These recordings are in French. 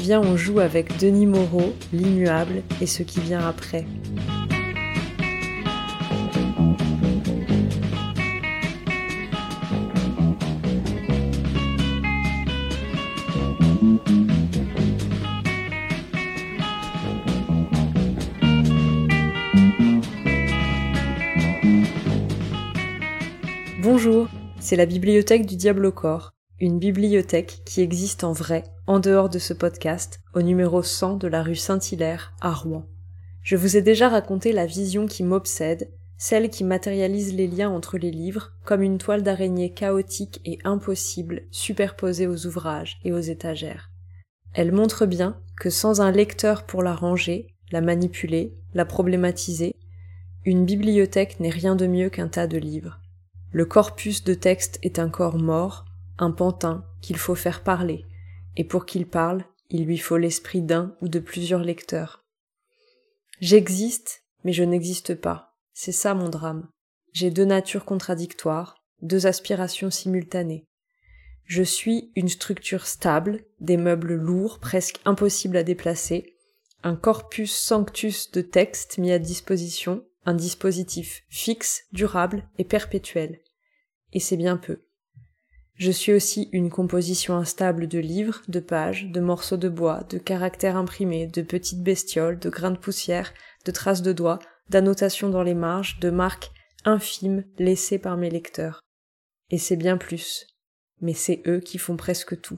Viens, on joue avec Denis Moreau, l'immuable et ce qui vient après. Bonjour, c'est la bibliothèque du Diable au corps, une bibliothèque qui existe en vrai, en dehors de ce podcast, au numéro 100 de la rue Saint-Hilaire, à Rouen. Je vous ai déjà raconté la vision qui m'obsède, celle qui matérialise les liens entre les livres, comme une toile d'araignée chaotique et impossible superposée aux ouvrages et aux étagères. Elle montre bien que sans un lecteur pour la ranger, la manipuler, la problématiser, une bibliothèque n'est rien de mieux qu'un tas de livres. Le corpus de texte est un corps mort, un pantin qu'il faut faire parler, et pour qu'il parle, il lui faut l'esprit d'un ou de plusieurs lecteurs. J'existe, mais je n'existe pas. C'est ça mon drame. J'ai deux natures contradictoires, deux aspirations simultanées. Je suis une structure stable, des meubles lourds, presque impossibles à déplacer, un corpus sanctus de texte mis à disposition, un dispositif fixe, durable et perpétuel. Et c'est bien peu. Je suis aussi une composition instable de livres, de pages, de morceaux de bois, de caractères imprimés, de petites bestioles, de grains de poussière, de traces de doigts, d'annotations dans les marges, de marques infimes laissées par mes lecteurs. Et c'est bien plus. Mais c'est eux qui font presque tout.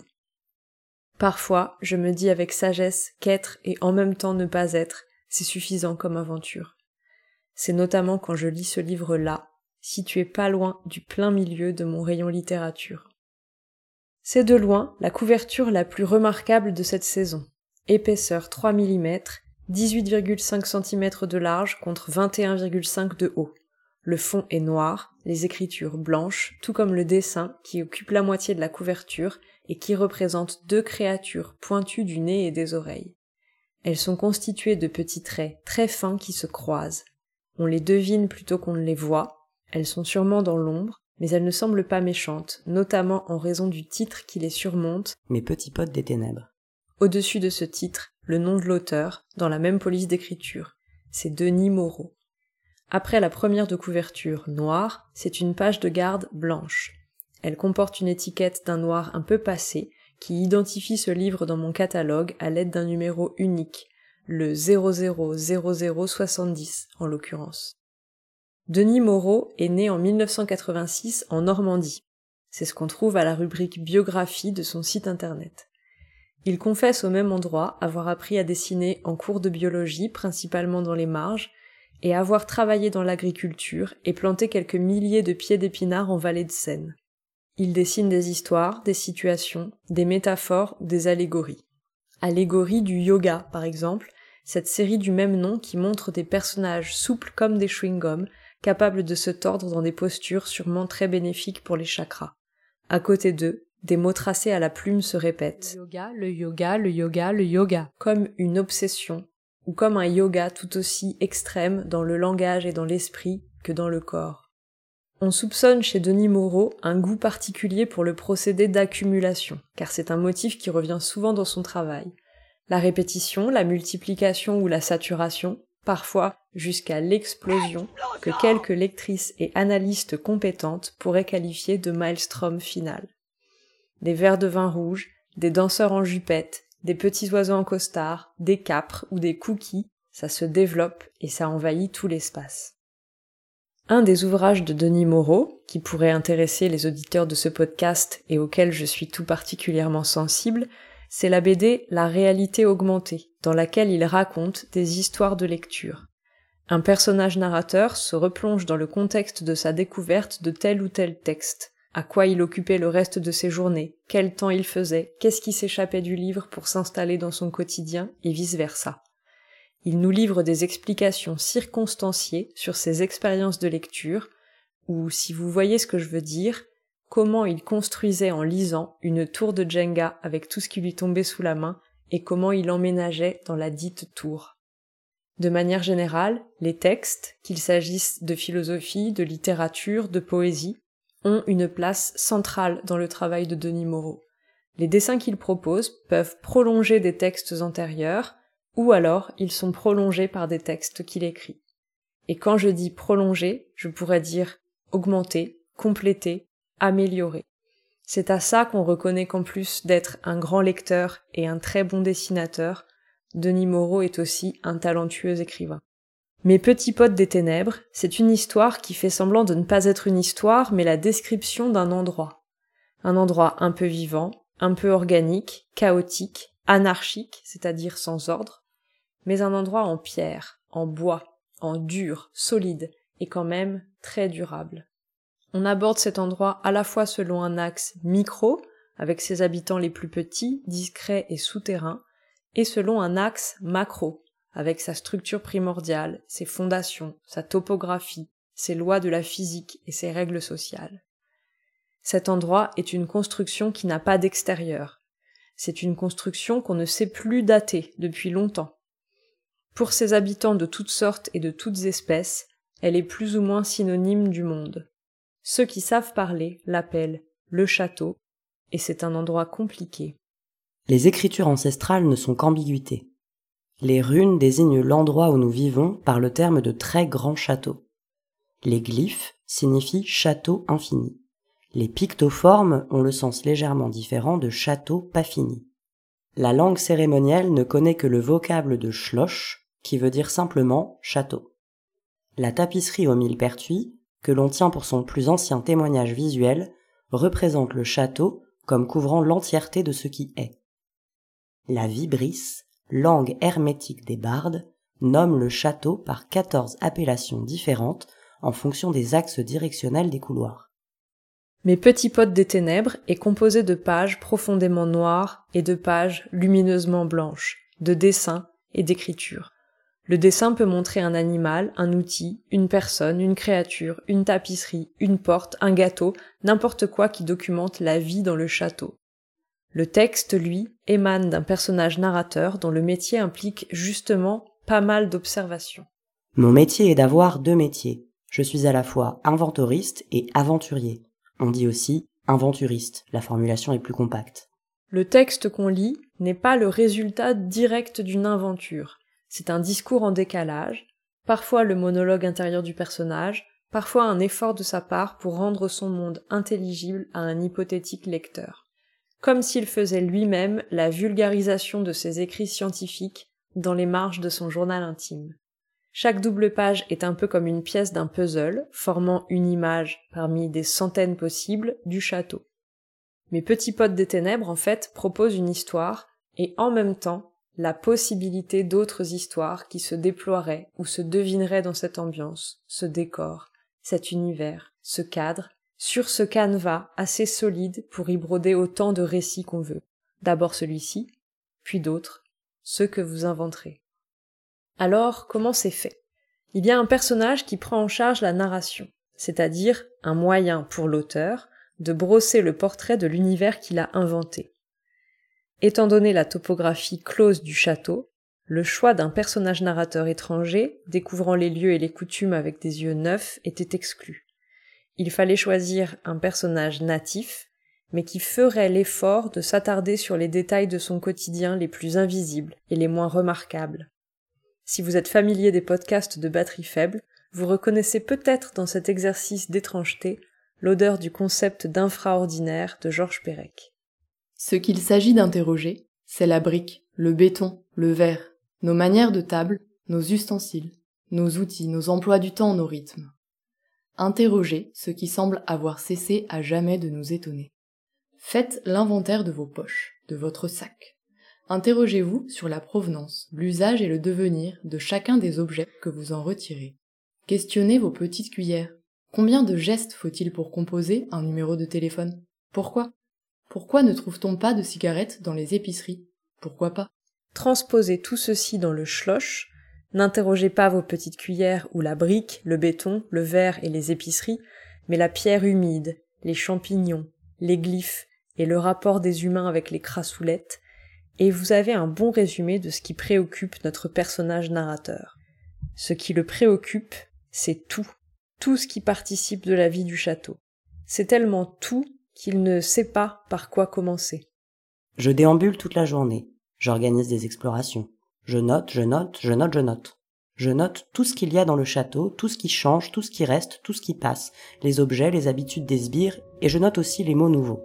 Parfois, je me dis avec sagesse qu'être et en même temps ne pas être, c'est suffisant comme aventure. C'est notamment quand je lis ce livre-là, situé pas loin du plein milieu de mon rayon littérature. C'est de loin la couverture la plus remarquable de cette saison. Épaisseur 3 mm, 18,5 cm de large contre 21,5 de haut. Le fond est noir, les écritures blanches, tout comme le dessin qui occupe la moitié de la couverture et qui représente deux créatures pointues du nez et des oreilles. Elles sont constituées de petits traits très fins qui se croisent. On les devine plutôt qu'on ne les voit. Elles sont sûrement dans l'ombre, mais elles ne semblent pas méchantes, notamment en raison du titre qui les surmonte, Mes petits potes des ténèbres. Au-dessus de ce titre, le nom de l'auteur, dans la même police d'écriture. C'est Denis Moreau. Après la première de couverture noire, c'est une page de garde blanche. Elle comporte une étiquette d'un noir un peu passé, qui identifie ce livre dans mon catalogue à l'aide d'un numéro unique, le 000070 en l'occurrence. Denis Moreau est né en 1986 en Normandie. C'est ce qu'on trouve à la rubrique biographie de son site internet. Il confesse au même endroit avoir appris à dessiner en cours de biologie, principalement dans les marges, et avoir travaillé dans l'agriculture et planté quelques milliers de pieds d'épinards en vallée de Seine. Il dessine des histoires, des situations, des métaphores ou des allégories. Allégorie du yoga, par exemple, cette série du même nom qui montre des personnages souples comme des chewing-gums, capables de se tordre dans des postures sûrement très bénéfiques pour les chakras. À côté d'eux, des mots tracés à la plume se répètent. Le yoga, le yoga, le yoga, le yoga. Comme une obsession, ou comme un yoga tout aussi extrême dans le langage et dans l'esprit que dans le corps. On soupçonne chez Denis Moreau un goût particulier pour le procédé d'accumulation, car c'est un motif qui revient souvent dans son travail. La répétition, la multiplication ou la saturation, parfois jusqu'à l'explosion, que quelques lectrices et analystes compétentes pourraient qualifier de maelstrom final. Des verres de vin rouge, des danseurs en jupette, des petits oiseaux en costard, des capres ou des cookies, ça se développe et ça envahit tout l'espace. Un des ouvrages de Denis Moreau, qui pourrait intéresser les auditeurs de ce podcast et auquel je suis tout particulièrement sensible, c'est la BD La réalité augmentée, dans laquelle il raconte des histoires de lecture. Un personnage narrateur se replonge dans le contexte de sa découverte de tel ou tel texte, à quoi il occupait le reste de ses journées, quel temps il faisait, qu'est-ce qui s'échappait du livre pour s'installer dans son quotidien, et vice-versa. Il nous livre des explications circonstanciées sur ses expériences de lecture, ou, si vous voyez ce que je veux dire, comment il construisait en lisant une tour de Jenga avec tout ce qui lui tombait sous la main, et comment il emménageait dans la dite tour. De manière générale, les textes, qu'il s'agisse de philosophie, de littérature, de poésie, ont une place centrale dans le travail de Denis Moreau. Les dessins qu'il propose peuvent prolonger des textes antérieurs, ou alors ils sont prolongés par des textes qu'il écrit. Et quand je dis prolonger, je pourrais dire augmenter, compléter, améliorer. C'est à ça qu'on reconnaît qu'en plus d'être un grand lecteur et un très bon dessinateur, Denis Moreau est aussi un talentueux écrivain. Mes petits potes des ténèbres, c'est une histoire qui fait semblant de ne pas être une histoire, mais la description d'un endroit. Un endroit un peu vivant, un peu organique, chaotique, anarchique, c'est-à-dire sans ordre, mais un endroit en pierre, en bois, en dur, solide, et quand même très durable. On aborde cet endroit à la fois selon un axe micro, avec ses habitants les plus petits, discrets et souterrains, et selon un axe macro, avec sa structure primordiale, ses fondations, sa topographie, ses lois de la physique et ses règles sociales. Cet endroit est une construction qui n'a pas d'extérieur. C'est une construction qu'on ne sait plus dater depuis longtemps. Pour ses habitants de toutes sortes et de toutes espèces, elle est plus ou moins synonyme du monde. Ceux qui savent parler l'appellent le château, et c'est un endroit compliqué. Les écritures ancestrales ne sont qu'ambiguïté. Les runes désignent l'endroit où nous vivons par le terme de très grand château. Les glyphes signifient château infini. Les pictoformes ont le sens légèrement différent de château pas fini. La langue cérémonielle ne connaît que le vocable de schloss, qui veut dire simplement château. La tapisserie au millepertuis, que l'on tient pour son plus ancien témoignage visuel, représente le château comme couvrant l'entièreté de ce qui est. La vibris, langue hermétique des bardes, nomme le château par 14 appellations différentes en fonction des axes directionnels des couloirs. Mes petits potes des ténèbres est composé de pages profondément noires et de pages lumineusement blanches, de dessins et d'écritures. Le dessin peut montrer un animal, un outil, une personne, une créature, une tapisserie, une porte, un gâteau, n'importe quoi qui documente la vie dans le château. Le texte, lui, émane d'un personnage narrateur dont le métier implique justement pas mal d'observations. Mon métier est d'avoir 2 métiers. Je suis à la fois inventoriste et aventurier. On dit aussi inventuriste, la formulation est plus compacte. Le texte qu'on lit n'est pas le résultat direct d'une inventure. C'est un discours en décalage, parfois le monologue intérieur du personnage, parfois un effort de sa part pour rendre son monde intelligible à un hypothétique lecteur. Comme s'il faisait lui-même la vulgarisation de ses écrits scientifiques dans les marges de son journal intime. Chaque double page est un peu comme une pièce d'un puzzle, formant une image parmi des centaines possibles du château. Mes petits potes des ténèbres, en fait, proposent une histoire, et en même temps, la possibilité d'autres histoires qui se déploieraient ou se devineraient dans cette ambiance, ce décor, cet univers, ce cadre, sur ce canevas assez solide pour y broder autant de récits qu'on veut. D'abord celui-ci, puis d'autres, ceux que vous inventerez. Alors, comment c'est fait ? Il y a un personnage qui prend en charge la narration, c'est-à-dire un moyen pour l'auteur de brosser le portrait de l'univers qu'il a inventé. Étant donné la topographie close du château, le choix d'un personnage narrateur étranger, découvrant les lieux et les coutumes avec des yeux neufs, était exclu. Il fallait choisir un personnage natif, mais qui ferait l'effort de s'attarder sur les détails de son quotidien les plus invisibles et les moins remarquables. Si vous êtes familier des podcasts de batterie faible, vous reconnaissez peut-être dans cet exercice d'étrangeté l'odeur du concept d'infraordinaire de Georges Perec. Ce qu'il s'agit d'interroger, c'est la brique, le béton, le verre, nos manières de table, nos ustensiles, nos outils, nos emplois du temps, nos rythmes. Interrogez ce qui semble avoir cessé à jamais de nous étonner. Faites l'inventaire de vos poches, de votre sac. Interrogez-vous sur la provenance, l'usage et le devenir de chacun des objets que vous en retirez. Questionnez vos petites cuillères. Combien de gestes faut-il pour composer un numéro de téléphone ? Pourquoi ? Pourquoi ne trouve-t-on pas de cigarettes dans les épiceries ? Pourquoi pas ? Transposez tout ceci dans le schloss. N'interrogez pas vos petites cuillères ou la brique, le béton, le verre et les épiceries, mais la pierre humide, les champignons, les glyphes et le rapport des humains avec les crassoulettes, et vous avez un bon résumé de ce qui préoccupe notre personnage narrateur. Ce qui le préoccupe, c'est tout ce qui participe de la vie du château. C'est tellement tout qu'il ne sait pas par quoi commencer. Je déambule toute la journée. J'organise des explorations. Je note. Je note tout ce qu'il y a dans le château, tout ce qui change, tout ce qui reste, tout ce qui passe, les objets, les habitudes des sbires, et je note aussi les mots nouveaux.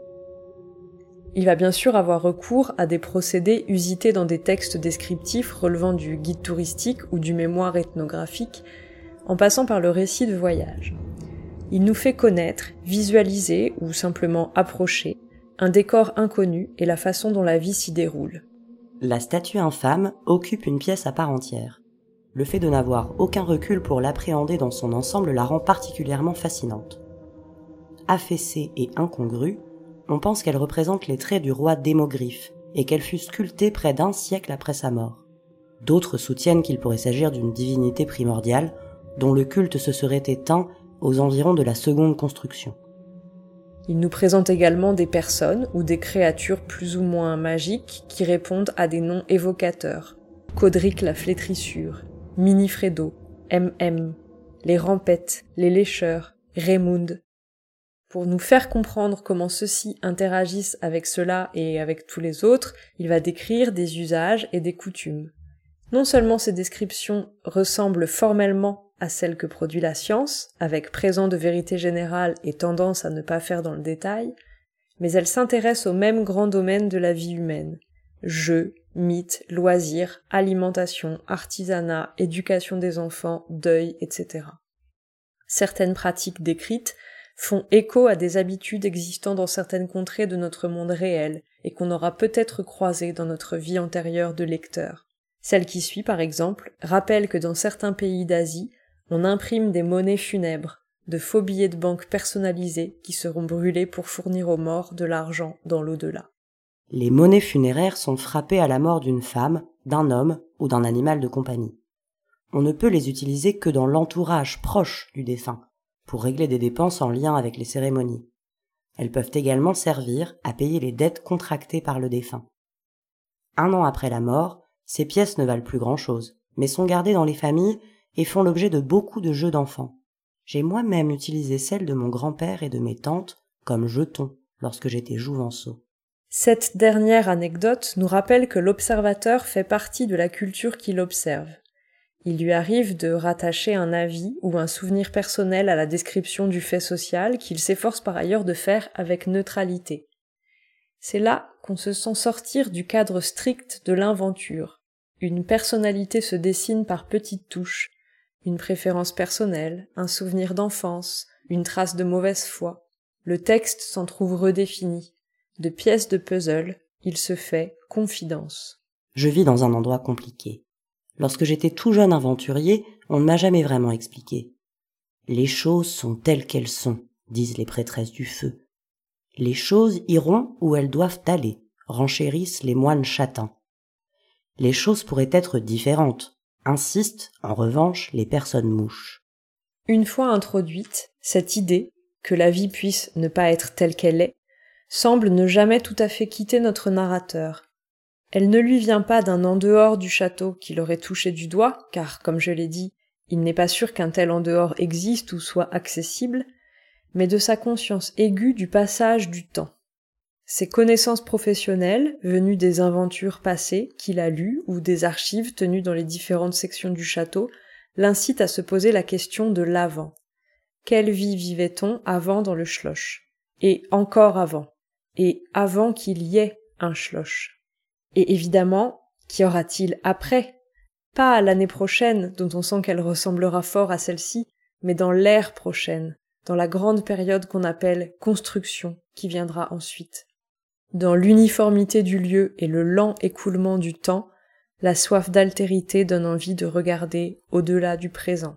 Il va bien sûr avoir recours à des procédés usités dans des textes descriptifs relevant du guide touristique ou du mémoire ethnographique, en passant par le récit de voyage. Il nous fait connaître, visualiser ou simplement approcher un décor inconnu et la façon dont la vie s'y déroule. La statue infâme occupe une pièce à part entière. Le fait de n'avoir aucun recul pour l'appréhender dans son ensemble la rend particulièrement fascinante. Affaissée et incongrue, on pense qu'elle représente les traits du roi Démogriffe et qu'elle fut sculptée près d'1 siècle après sa mort. D'autres soutiennent qu'il pourrait s'agir d'une divinité primordiale dont le culte se serait éteint aux environs de la seconde construction. Il nous présente également des personnes ou des créatures plus ou moins magiques qui répondent à des noms évocateurs. Codric la flétrissure, Minifredo, MM, les rampettes, les lécheurs, Raymond. Pour nous faire comprendre comment ceux-ci interagissent avec ceux-là et avec tous les autres, il va décrire des usages et des coutumes. Non seulement ces descriptions ressemblent formellement à celles que produit la science, avec présent de vérité générale et tendance à ne pas faire dans le détail, mais elles s'intéressent aux mêmes grands domaines de la vie humaine. Jeux, mythes, loisirs, alimentation, artisanat, éducation des enfants, deuil, etc. Certaines pratiques décrites font écho à des habitudes existant dans certaines contrées de notre monde réel et qu'on aura peut-être croisées dans notre vie antérieure de lecteur. Celle qui suit, par exemple, rappelle que dans certains pays d'Asie, on imprime des monnaies funèbres, de faux billets de banque personnalisés qui seront brûlés pour fournir aux morts de l'argent dans l'au-delà. Les monnaies funéraires sont frappées à la mort d'une femme, d'un homme ou d'un animal de compagnie. On ne peut les utiliser que dans l'entourage proche du défunt, pour régler des dépenses en lien avec les cérémonies. Elles peuvent également servir à payer les dettes contractées par le défunt. 1 an après la mort, ces pièces ne valent plus grand-chose, mais sont gardées dans les familles et font l'objet de beaucoup de jeux d'enfants. J'ai moi-même utilisé celles de mon grand-père et de mes tantes comme jetons lorsque j'étais jouvenceau. Cette dernière anecdote nous rappelle que l'observateur fait partie de la culture qu'il observe. Il lui arrive de rattacher un avis ou un souvenir personnel à la description du fait social qu'il s'efforce par ailleurs de faire avec neutralité. C'est là qu'on se sent sortir du cadre strict de l'inventure. Une personnalité se dessine par petites touches, une préférence personnelle, un souvenir d'enfance, une trace de mauvaise foi. Le texte s'en trouve redéfini. De pièces de puzzle, il se fait confidence. Je vis dans un endroit compliqué. Lorsque j'étais tout jeune aventurier, on ne m'a jamais vraiment expliqué. Les choses sont telles qu'elles sont, disent les prêtresses du feu. Les choses iront où elles doivent aller, renchérissent les moines châtains. Les choses pourraient être différentes, insistent, en revanche, les personnes mouches. Une fois introduite, cette idée, que la vie puisse ne pas être telle qu'elle est, semble ne jamais tout à fait quitter notre narrateur. Elle ne lui vient pas d'un en dehors du château qui l'aurait touché du doigt, car, comme je l'ai dit, il n'est pas sûr qu'un tel en dehors existe ou soit accessible, mais de sa conscience aiguë du passage du temps. Ses connaissances professionnelles, venues des aventures passées qu'il a lues ou des archives tenues dans les différentes sections du château, l'incitent à se poser la question de l'avant. Quelle vie vivait-on avant dans le schloss? Et encore avant? Et avant qu'il y ait un schloss? Et évidemment, qu'y aura-t-il après? Pas à l'année prochaine, dont on sent qu'elle ressemblera fort à celle-ci, mais dans l'ère prochaine, dans la grande période qu'on appelle construction, qui viendra ensuite. Dans l'uniformité du lieu et le lent écoulement du temps, la soif d'altérité donne envie de regarder au-delà du présent.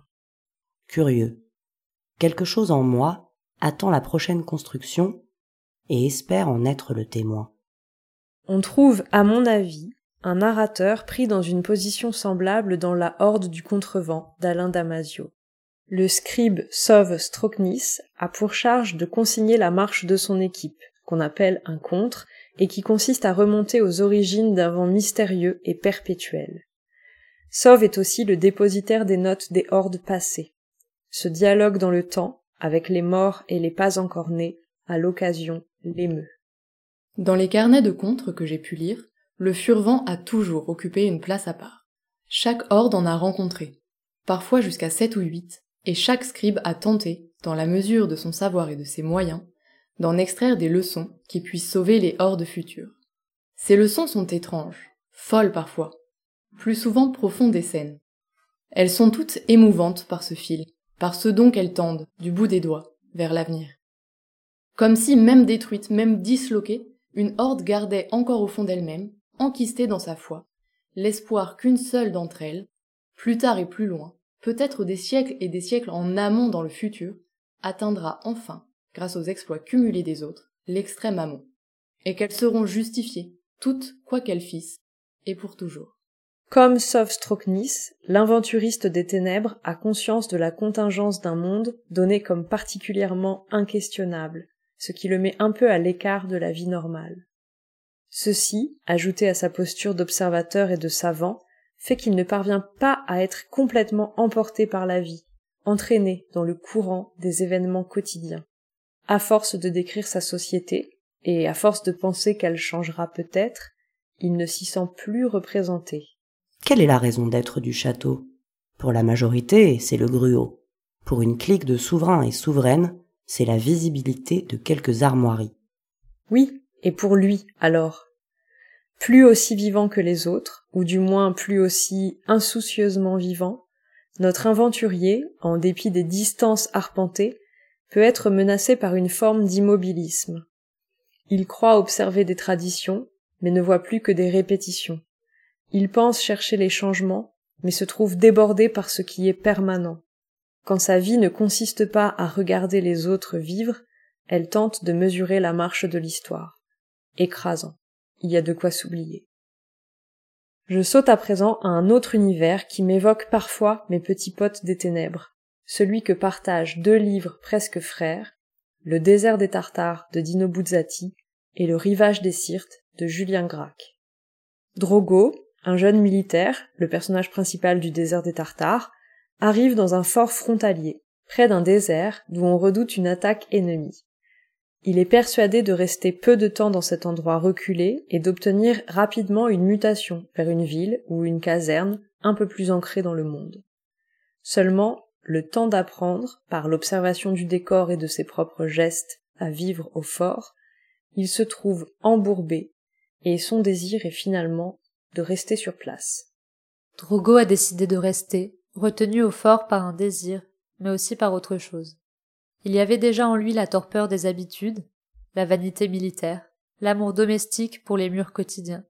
Curieux. Quelque chose en moi attend la prochaine construction et espère en être le témoin. On trouve, à mon avis, un narrateur pris dans une position semblable dans La Horde du Contrevent d'Alain Damasio. Le scribe Sov Stroknis a pour charge de consigner la marche de son équipe, qu'on appelle un contre, et qui consiste à remonter aux origines d'un vent mystérieux et perpétuel. Sov est aussi le dépositaire des notes des hordes passées. Ce dialogue dans le temps, avec les morts et les pas encore nés, à l'occasion l'émeut. Dans les carnets de contres que j'ai pu lire, le Furvan a toujours occupé une place à part. Chaque horde en a rencontré, parfois jusqu'à 7 ou 8, et chaque scribe a tenté, dans la mesure de son savoir et de ses moyens, d'en extraire des leçons qui puissent sauver les hordes futures. Ces leçons sont étranges, folles parfois, plus souvent profondes et saines. Elles sont toutes émouvantes par ce fil, par ce don qu'elles tendent, du bout des doigts, vers l'avenir. Comme si, même détruite, même disloquée, une horde gardait encore au fond d'elle-même, enquistée dans sa foi, l'espoir qu'une seule d'entre elles, plus tard et plus loin, peut-être des siècles et des siècles en amont dans le futur, atteindra enfin, grâce aux exploits cumulés des autres, l'extrême amont, et qu'elles seront justifiées, toutes quoi qu'elles fissent, et pour toujours. Comme Sovstroknis, l'inventuriste des ténèbres a conscience de la contingence d'un monde donné comme particulièrement inquestionnable, ce qui le met un peu à l'écart de la vie normale. Ceci, ajouté à sa posture d'observateur et de savant, fait qu'il ne parvient pas à être complètement emporté par la vie, entraîné dans le courant des événements quotidiens. À force de décrire sa société, et à force de penser qu'elle changera peut-être, il ne s'y sent plus représenté. Quelle est la raison d'être du château ? Pour la majorité, c'est le gruau. Pour une clique de souverains et souveraines, c'est la visibilité de quelques armoiries. Oui, et pour lui, alors. Plus aussi vivant que les autres, ou du moins plus aussi insoucieusement vivant, notre aventurier, en dépit des distances arpentées, peut être menacé par une forme d'immobilisme. Il croit observer des traditions, mais ne voit plus que des répétitions. Il pense chercher les changements, mais se trouve débordé par ce qui est permanent. Quand sa vie ne consiste pas à regarder les autres vivre, elle tente de mesurer la marche de l'histoire. Écrasant. Il y a de quoi s'oublier. Je saute à présent à un autre univers qui m'évoque parfois mes petits potes des ténèbres, celui que partagent 2 livres presque frères, Le désert des Tartares de Dino Buzzati et Le rivage des Syrtes de Julien Gracq. Drogo, un jeune militaire, le personnage principal du désert des Tartares, arrive dans un fort frontalier, près d'un désert d'où on redoute une attaque ennemie. Il est persuadé de rester peu de temps dans cet endroit reculé et d'obtenir rapidement une mutation vers une ville ou une caserne un peu plus ancrée dans le monde. Seulement, le temps d'apprendre, par l'observation du décor et de ses propres gestes, à vivre au fort, il se trouve embourbé et son désir est finalement de rester sur place. Drogo a décidé de rester, retenu au fort par un désir, mais aussi par autre chose. Il y avait déjà en lui la torpeur des habitudes, la vanité militaire, l'amour domestique pour les murs quotidiens.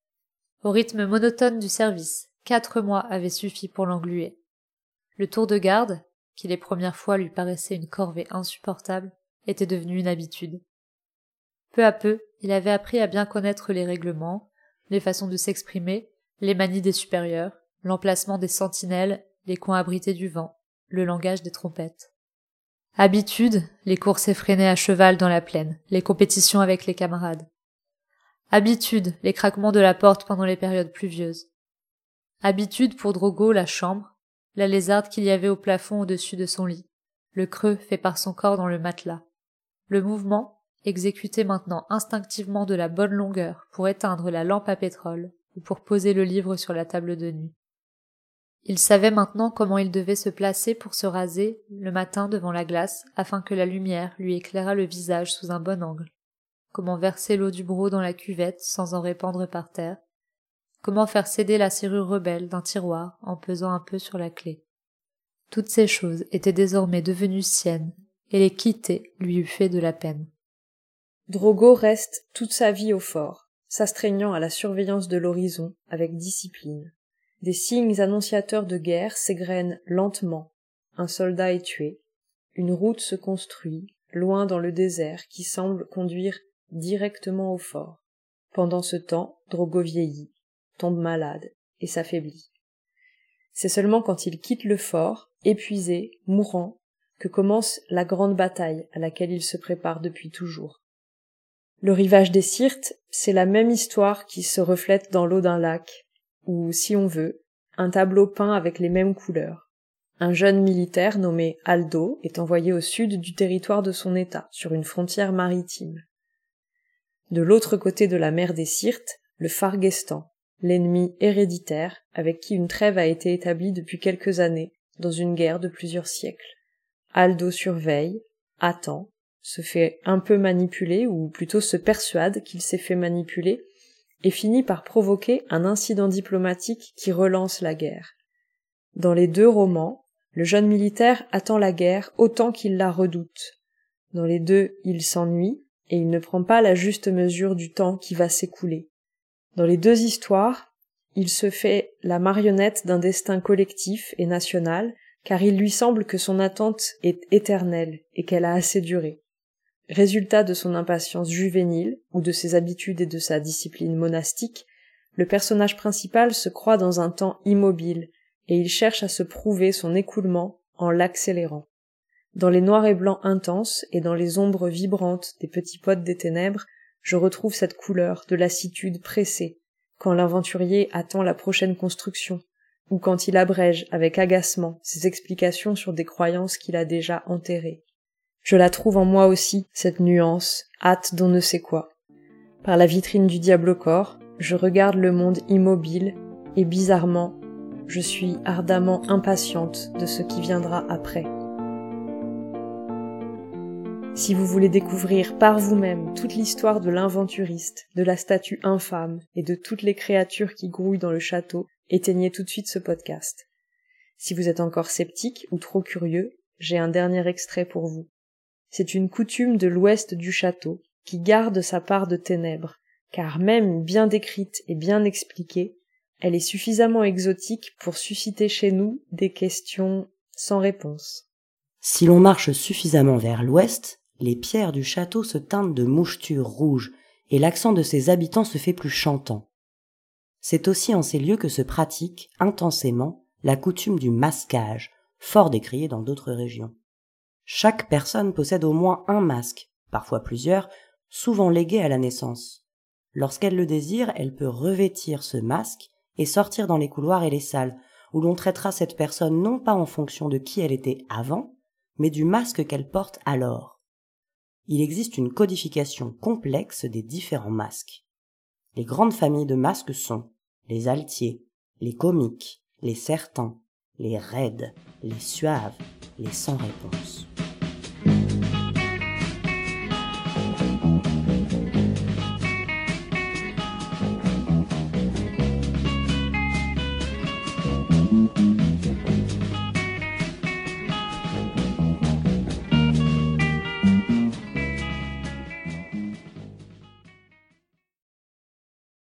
Au rythme monotone du service, 4 mois avaient suffi pour l'engluer. Le tour de garde, qui les premières fois lui paraissait une corvée insupportable, était devenu une habitude. Peu à peu, il avait appris à bien connaître les règlements, les façons de s'exprimer, les manies des supérieurs, l'emplacement des sentinelles, les coins abrités du vent, le langage des trompettes. Habitude, les courses effrénées à cheval dans la plaine, les compétitions avec les camarades. Habitude, les craquements de la porte pendant les périodes pluvieuses. Habitude pour Drogo, la chambre, la lézarde qu'il y avait au plafond au-dessus de son lit, le creux fait par son corps dans le matelas. Le mouvement, exécuté maintenant instinctivement de la bonne longueur pour éteindre la lampe à pétrole ou pour poser le livre sur la table de nuit. Il savait maintenant comment il devait se placer pour se raser le matin devant la glace afin que la lumière lui éclairât le visage sous un bon angle, comment verser l'eau du broc dans la cuvette sans en répandre par terre, comment faire céder la serrure rebelle d'un tiroir en pesant un peu sur la clé. Toutes ces choses étaient désormais devenues siennes, et les quitter lui eût fait de la peine. Drogo reste toute sa vie au fort, s'astreignant à la surveillance de l'horizon avec discipline. Des signes annonciateurs de guerre s'égrènent lentement. Un soldat est tué. Une route se construit, loin dans le désert, qui semble conduire directement au fort. Pendant ce temps, Drogo vieillit, tombe malade et s'affaiblit. C'est seulement quand il quitte le fort, épuisé, mourant, que commence la grande bataille à laquelle il se prépare depuis toujours. Le rivage des Syrtes, c'est la même histoire qui se reflète dans l'eau d'un lac, ou, si on veut, un tableau peint avec les mêmes couleurs. Un jeune militaire nommé Aldo est envoyé au sud du territoire de son état, sur une frontière maritime. De l'autre côté de la mer des Syrtes, le Farguestan, l'ennemi héréditaire avec qui une trêve a été établie depuis quelques années, dans une guerre de plusieurs siècles. Aldo surveille, attend, se fait un peu manipuler, ou plutôt se persuade qu'il s'est fait manipuler, et finit par provoquer un incident diplomatique qui relance la guerre. Dans les deux romans, le jeune militaire attend la guerre autant qu'il la redoute. Dans les deux, il s'ennuie, et il ne prend pas la juste mesure du temps qui va s'écouler. Dans les deux histoires, il se fait la marionnette d'un destin collectif et national, car il lui semble que son attente est éternelle et qu'elle a assez duré. Résultat de son impatience juvénile, ou de ses habitudes et de sa discipline monastique, le personnage principal se croit dans un temps immobile, et il cherche à se prouver son écoulement en l'accélérant. Dans les noirs et blancs intenses et dans les ombres vibrantes des petits potes des ténèbres, je retrouve cette couleur de lassitude pressée, quand l'aventurier attend la prochaine construction, ou quand il abrège avec agacement ses explications sur des croyances qu'il a déjà enterrées. Je la trouve en moi aussi, cette nuance, hâte d'on ne sait quoi. Par la vitrine du diable au corps, je regarde le monde immobile, et bizarrement, je suis ardemment impatiente de ce qui viendra après. Si vous voulez découvrir par vous-même toute l'histoire de l'inventuriste, de la statue infâme et de toutes les créatures qui grouillent dans le château, éteignez tout de suite ce podcast. Si vous êtes encore sceptique ou trop curieux, j'ai un dernier extrait pour vous. C'est une coutume de l'ouest du château, qui garde sa part de ténèbres, car même bien décrite et bien expliquée, elle est suffisamment exotique pour susciter chez nous des questions sans réponse. Si l'on marche suffisamment vers l'ouest, les pierres du château se teintent de mouchetures rouges et l'accent de ses habitants se fait plus chantant. C'est aussi en ces lieux que se pratique, intensément, la coutume du masquage, fort décriée dans d'autres régions. Chaque personne possède au moins un masque, parfois plusieurs, souvent légués à la naissance. Lorsqu'elle le désire, elle peut revêtir ce masque et sortir dans les couloirs et les salles, où l'on traitera cette personne non pas en fonction de qui elle était avant, mais du masque qu'elle porte alors. Il existe une codification complexe des différents masques. Les grandes familles de masques sont les altiers, les comiques, les certains, les raides, les suaves, les sans réponse.